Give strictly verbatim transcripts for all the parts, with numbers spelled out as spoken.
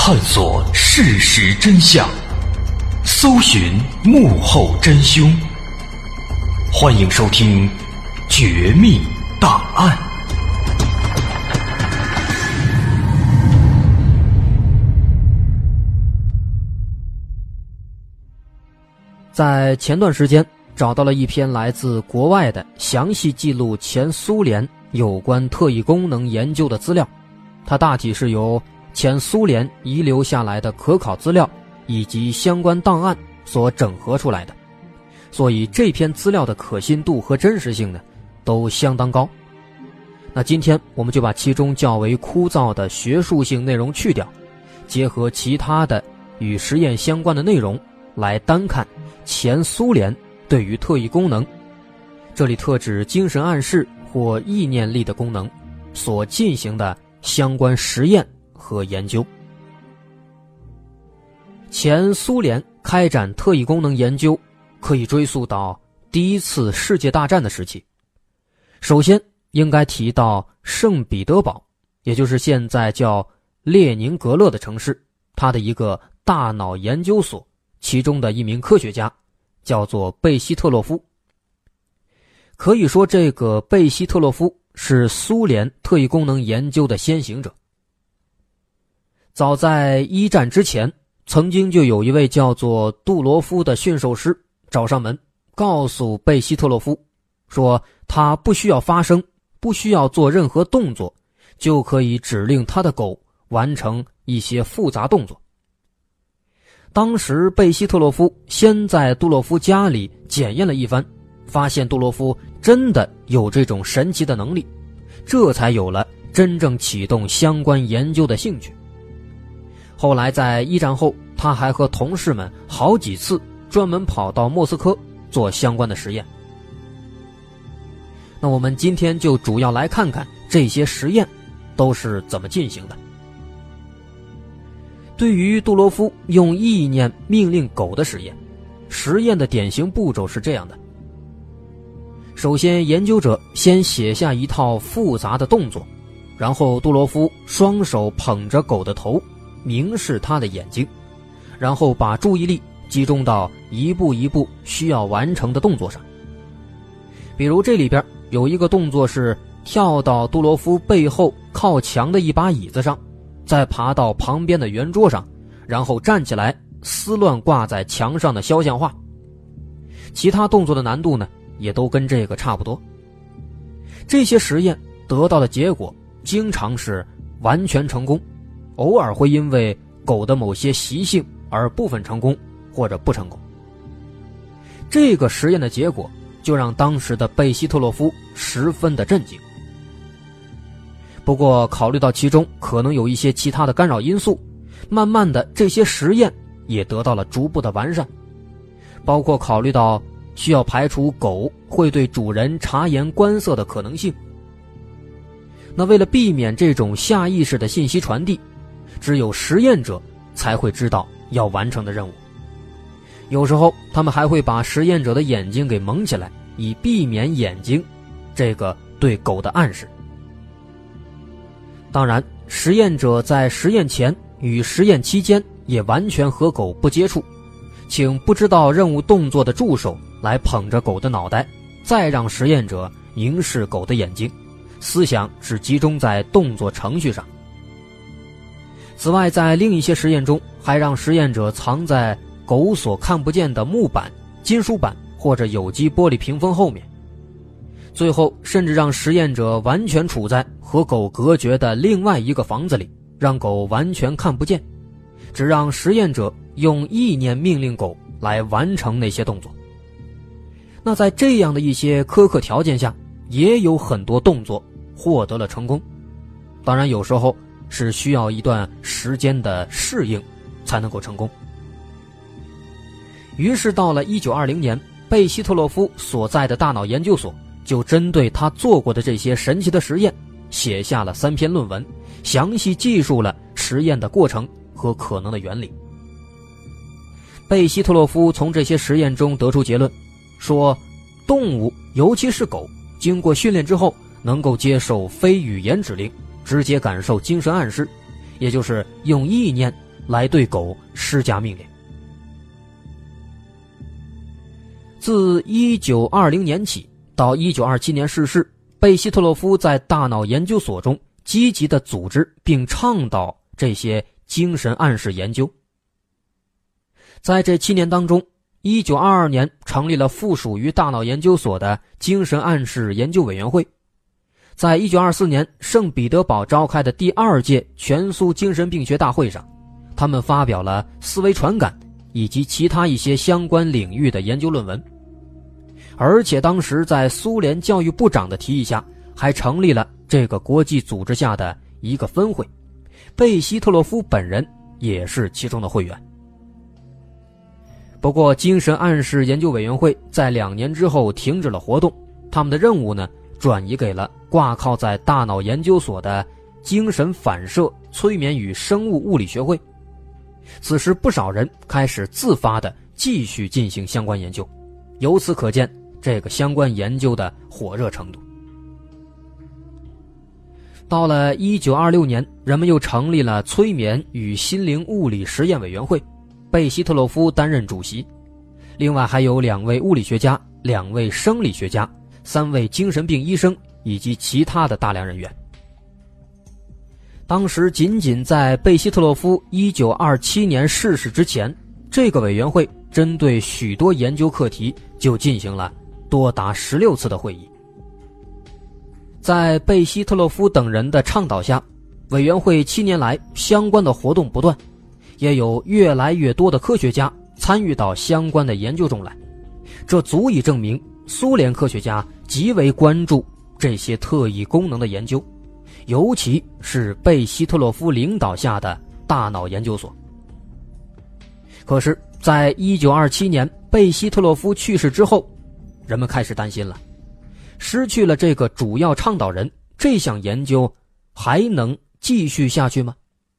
探索事实真相，搜寻幕后真凶。欢迎收听《绝密档案》。 在前段时间找到了一篇来自国外的详细记录前苏联有关特异功能研究的资料，它大体是由前苏联遗留下来的可考资料以及相关档案所整合出来的，所以这篇资料的可信度和真实性呢都相当高。那今天我们就把其中较为枯燥的学术性内容去掉，结合其他的与实验相关的内容来单看前苏联对于特异功能，这里特指精神暗示或意念力的功能所进行的相关实验和研究。前苏联开展特异功能研究可以追溯到第一次世界大战的时期。首先应该提到圣彼得堡，也就是现在叫列宁格勒的城市，它的一个大脑研究所，其中的一名科学家叫做贝希特洛夫。可以说这个贝希特洛夫是苏联特异功能研究的先行者。早在一战之前，曾经就有一位叫做杜罗夫的驯兽师找上门，告诉贝希特洛夫说他不需要发声，不需要做任何动作，就可以指令他的狗完成一些复杂动作。当时贝希特洛夫先在杜洛夫家里检验了一番，发现杜洛夫真的有这种神奇的能力，这才有了真正启动相关研究的兴趣。后来在一战后，他还和同事们好几次专门跑到莫斯科做相关的实验。那我们今天就主要来看看这些实验都是怎么进行的。对于杜罗夫用意念命令狗的实验，实验的典型步骤是这样的。首先，研究者先写下一套复杂的动作，然后杜罗夫双手捧着狗的头，明视他的眼睛，然后把注意力集中到一步一步需要完成的动作上。比如这里边有一个动作是跳到杜罗夫背后靠墙的一把椅子上，再爬到旁边的圆桌上，然后站起来撕乱挂在墙上的肖像画。其他动作的难度呢也都跟这个差不多。这些实验得到的结果经常是完全成功，偶尔会因为狗的某些习性而部分成功或者不成功。这个实验的结果就让当时的贝希特洛夫十分的震惊。不过考虑到其中可能有一些其他的干扰因素，慢慢的这些实验也得到了逐步的完善，包括考虑到需要排除狗会对主人察言观色的可能性。那为了避免这种下意识的信息传递，只有实验者才会知道要完成的任务。有时候他们还会把实验者的眼睛给蒙起来，以避免眼睛这个对狗的暗示。当然，实验者在实验前与实验期间也完全和狗不接触，请不知道任务动作的助手来捧着狗的脑袋，再让实验者凝视狗的眼睛，思想只集中在动作程序上。此外，在另一些实验中，还让实验者藏在狗所看不见的木板、金属板或者有机玻璃屏风后面。最后甚至让实验者完全处在和狗隔绝的另外一个房子里，让狗完全看不见，只让实验者用意念命令狗来完成那些动作。那在这样的一些苛刻条件下，也有很多动作获得了成功。当然有时候是需要一段时间的适应才能够成功。于是到了一九二零年，贝希特洛夫所在的大脑研究所就针对他做过的这些神奇的实验写下了三篇论文，详细记述了实验的过程和可能的原理。贝希特洛夫从这些实验中得出结论，说动物尤其是狗经过训练之后能够接受非语言指令，直接感受精神暗示，也就是用意念来对狗施加命令。自一九二零年起到一九二七年逝世，贝希特洛夫在大脑研究所中积极地组织并倡导这些精神暗示研究。在这七年当中，一九二二年成立了附属于大脑研究所的精神暗示研究委员会。在一九二四年圣彼得堡召开的第二届全苏精神病学大会上，他们发表了思维传感以及其他一些相关领域的研究论文。而且当时在苏联教育部长的提议下，还成立了这个国际组织下的一个分会，贝希特洛夫本人也是其中的会员。不过精神暗示研究委员会在两年之后停止了活动，他们的任务呢转移给了挂靠在大脑研究所的精神反射催眠与生物物理学会。此时不少人开始自发地继续进行相关研究，由此可见这个相关研究的火热程度。到了一九二六年，人们又成立了催眠与心灵物理实验委员会，贝希特洛夫担任主席，另外还有两位物理学家、两位生理学家、三位精神病医生以及其他的大量人员。当时仅仅在贝希特洛夫一九二七年逝世之前，这个委员会针对许多研究课题就进行了多达十六次的会议。在贝希特洛夫等人的倡导下，委员会七年来相关的活动不断，也有越来越多的科学家参与到相关的研究中来，这足以证明苏联科学家极为关注这些特异功能的研究，尤其是贝希特洛夫领导下的大脑研究所。可是在一九二七年贝希特洛夫去世之后，人们开始担心了，失去了这个主要倡导人，这项研究还能继续下去吗？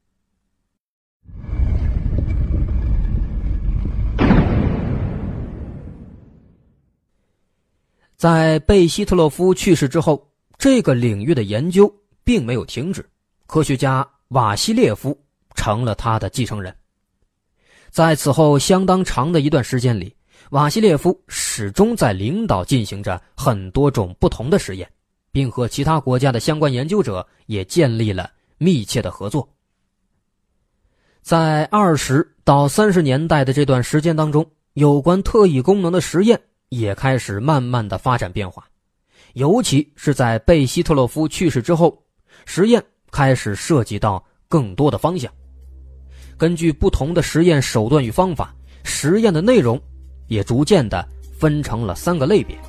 在贝希特洛夫去世之后，这个领域的研究并没有停止，科学家瓦西列夫成了他的继承人。在此后相当长的一段时间里，瓦西列夫始终在领导进行着很多种不同的实验，并和其他国家的相关研究者也建立了密切的合作。在二十到三十年代的这段时间当中，有关特异功能的实验也开始慢慢的发展变化，尤其是在贝希特洛夫去世之后，实验开始涉及到更多的方向。根据不同的实验手段与方法，实验的内容也逐渐的分成了三个类别。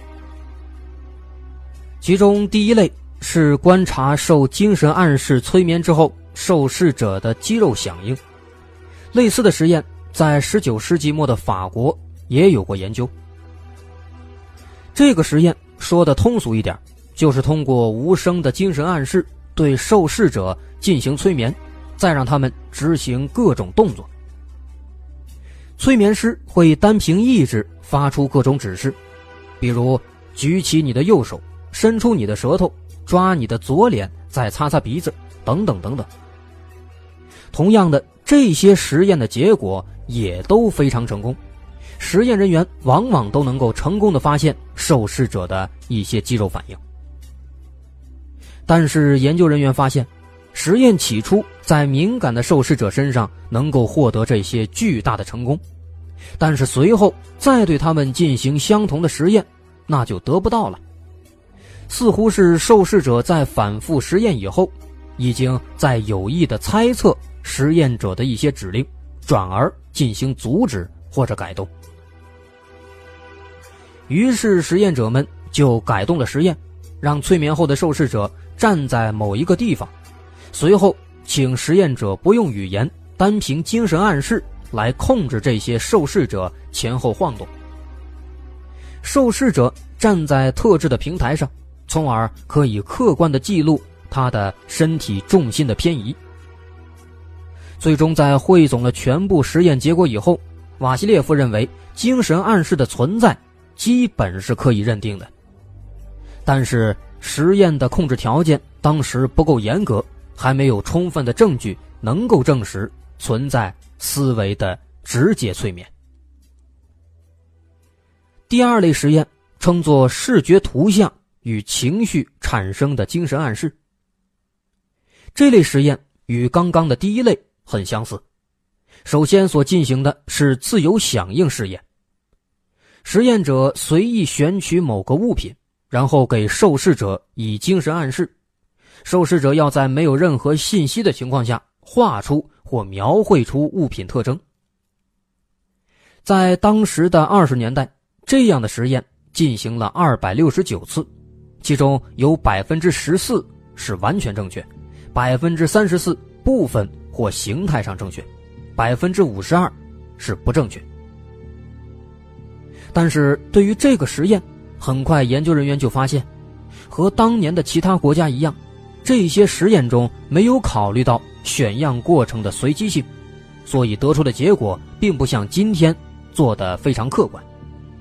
其中第一类是观察受精神暗示催眠之后受试者的肌肉响应，类似的实验在十九世纪末的法国也有过研究。这个实验说的通俗一点，就是通过无声的精神暗示对受试者进行催眠，再让他们执行各种动作。催眠师会单凭意志发出各种指示，比如举起你的右手，伸出你的舌头，抓你的左脸，再擦擦鼻子，等等等等。同样的，这些实验的结果也都非常成功，实验人员往往都能够成功地发现受试者的一些肌肉反应。但是研究人员发现，实验起初在敏感的受试者身上能够获得这些巨大的成功，但是随后再对他们进行相同的实验，那就得不到了。似乎是受试者在反复实验以后，已经在有意地猜测实验者的一些指令，转而进行阻止或者改动。于是实验者们就改动了实验，让催眠后的受试者站在某一个地方，随后请实验者不用语言，单凭精神暗示来控制这些受试者前后晃动。受试者站在特制的平台上，从而可以客观地记录他的身体重心的偏移。最终在汇总了全部实验结果以后，瓦西列夫认为精神暗示的存在基本是可以认定的。但是实验的控制条件当时不够严格，还没有充分的证据能够证实存在思维的直接催眠。第二类实验称作视觉图像与情绪产生的精神暗示。这类实验与刚刚的第一类很相似，首先所进行的是自由响应试验。实验者随意选取某个物品，然后给受试者以精神暗示，受试者要在没有任何信息的情况下画出或描绘出物品特征。在当时的二十年代，这样的实验进行了二百六十九次，其中有 百分之十四 是完全正确， 百分之三十四 部分或形态上正确， 百分之五十二 是不正确。但是对于这个实验，很快研究人员就发现，和当年的其他国家一样，这些实验中没有考虑到选样过程的随机性，所以得出的结果并不像今天做得非常客观。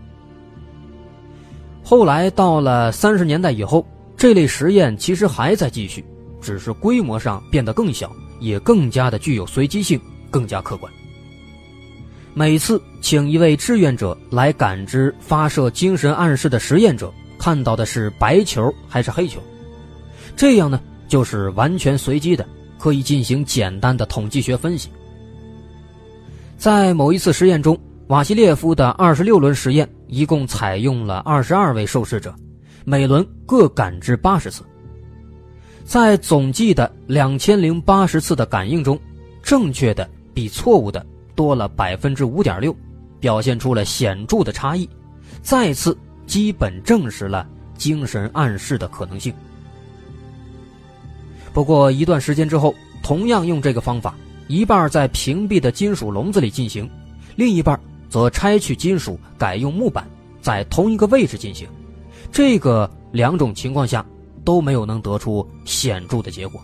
后来到了三十年代以后，这类实验其实还在继续，只是规模上变得更小，也更加的具有随机性，更加客观。每次请一位志愿者来感知发射精神暗示的实验者看到的是白球还是黑球，这样呢就是完全随机的，可以进行简单的统计学分析。在某一次实验中，瓦西列夫的二十六轮实验一共采用了二十二位受试者，每轮各感知八十次。在总计的两千零八十次的感应中，正确的比错误的多了 百分之五点六， 表现出了显著的差异，再次基本证实了精神暗示的可能性。不过一段时间之后，同样用这个方法，一半在屏蔽的金属笼子里进行，另一半则拆去金属改用木板，在同一个位置进行，这个两种情况下都没有能得出显著的结果。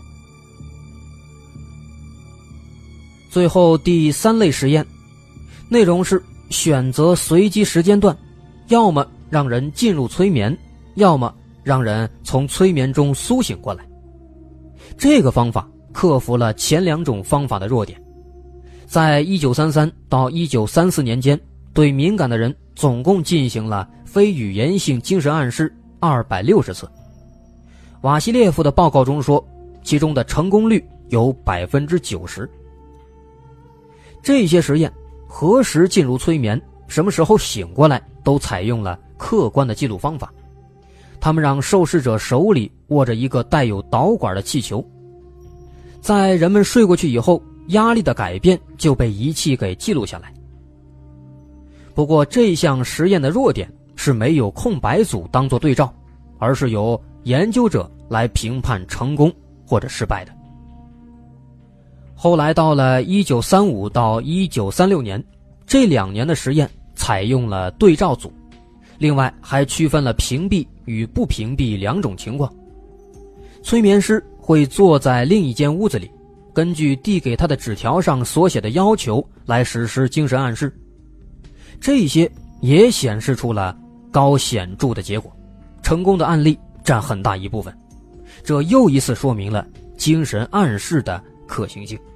最后第三类实验，内容是选择随机时间段，要么让人进入催眠，要么让人从催眠中苏醒过来。这个方法克服了前两种方法的弱点。在一九三三到一九三四年间，对敏感的人总共进行了非语言性精神暗示二百六十次。瓦西列夫的报告中说，其中的成功率有 百分之九十。这些实验何时进入催眠，什么时候醒过来，都采用了客观的记录方法。他们让受试者手里握着一个带有导管的气球，在人们睡过去以后，压力的改变就被仪器给记录下来。不过这项实验的弱点是没有空白组当作对照，而是由研究者来评判成功或者失败的。后来到了一九三五到一九三六年，这两年的实验采用了对照组，另外还区分了屏蔽与不屏蔽两种情况。催眠师会坐在另一间屋子里，根据递给他的纸条上所写的要求来实施精神暗示，这些也显示出了高显著的结果，成功的案例占很大一部分，这又一次说明了精神暗示的可行性。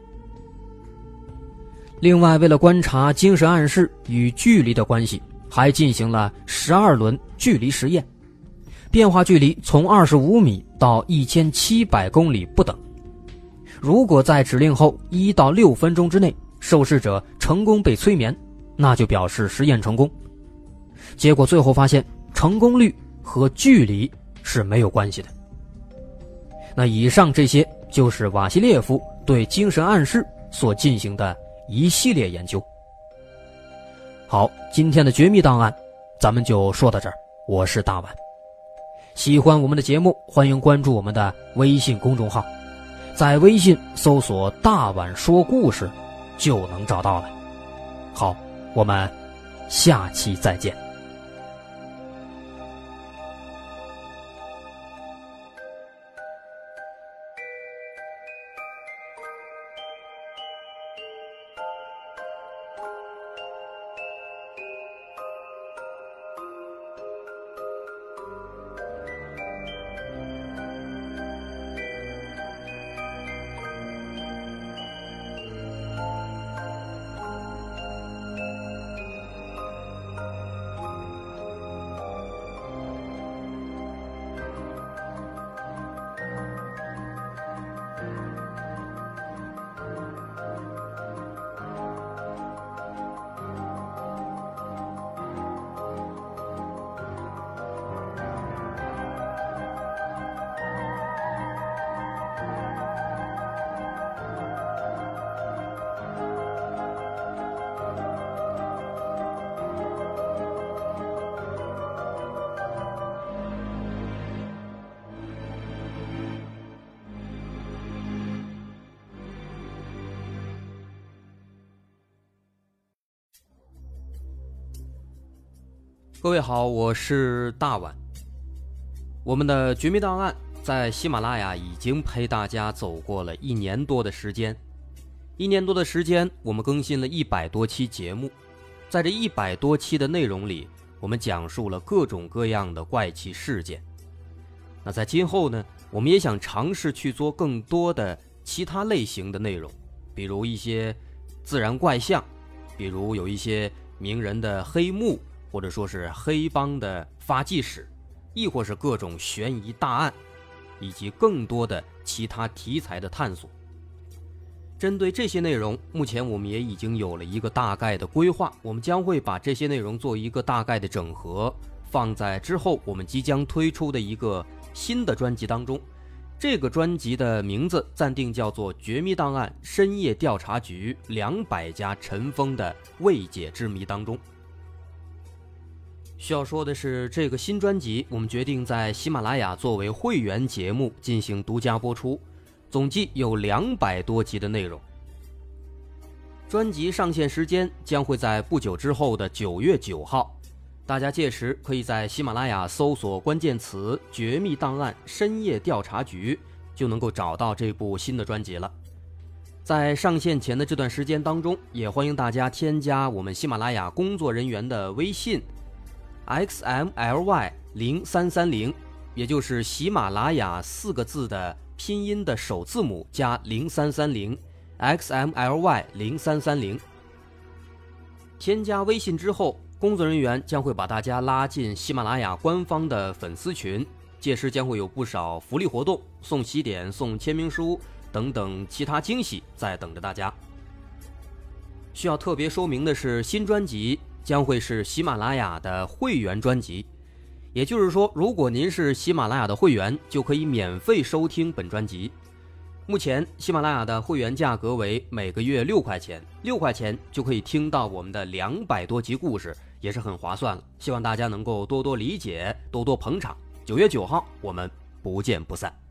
另外，为了观察精神暗示与距离的关系，还进行了十二轮距离实验，变化距离从二十五米到一千七百公里不等。如果在指令后一到六分钟之内，受试者成功被催眠，那就表示实验成功。结果最后发现，成功率和距离是没有关系的。那以上这些就是瓦西列夫对精神暗示所进行的一系列研究。好，今天的绝密档案咱们就说到这儿，我是大碗。喜欢我们的节目，欢迎关注我们的微信公众号，在微信搜索大碗说故事就能找到了。好，我们下期再见。 各位好，我是大碗。我们的绝密档案在喜马拉雅已经陪大家走过了一年多的时间，一年多的时间，我们更新了一百多期节目。在这一百多期的内容里，我们讲述了各种各样的怪奇事件。那在今后呢，我们也想尝试去做更多的其他类型的内容，比如一些自然怪象，比如有一些名人的黑幕，或者说是黑帮的发迹史，亦或是各种悬疑大案，以及更多的其他题材的探索。针对这些内容，目前我们也已经有了一个大概的规划，我们将会把这些内容做一个大概的整合，放在之后我们即将推出的一个新的专辑当中。这个专辑的名字暂定叫做《绝密档案深夜调查局两百家尘封的未解之谜》当中。需要说的是，这个新专辑我们决定在喜马拉雅作为会员节目进行独家播出，总计有两百多集的内容。专辑上线时间将会在不久之后的九月九号，大家届时可以在喜马拉雅搜索关键词绝密档案深夜调查局，就能够找到这部新的专辑了。在上线前的这段时间当中，也欢迎大家添加我们喜马拉雅工作人员的微信 X M L Y 零三三零， 也就是喜马拉雅四个字的拼音的首字母加零三三零 X M L Y 零三三零。 添加微信之后，工作人员将会把大家拉进喜马拉雅官方的粉丝群，届时将会有不少福利活动，送喜点、送签名书等等其他惊喜在等着大家。需要特别说明的是，新专辑将会是喜马拉雅的会员专辑，也就是说，如果您是喜马拉雅的会员，就可以免费收听本专辑。目前喜马拉雅的会员价格为每个月六块钱，六块钱就可以听到我们的两百多集故事，也是很划算了。希望大家能够多多理解，多多捧场。九月九号，我们不见不散。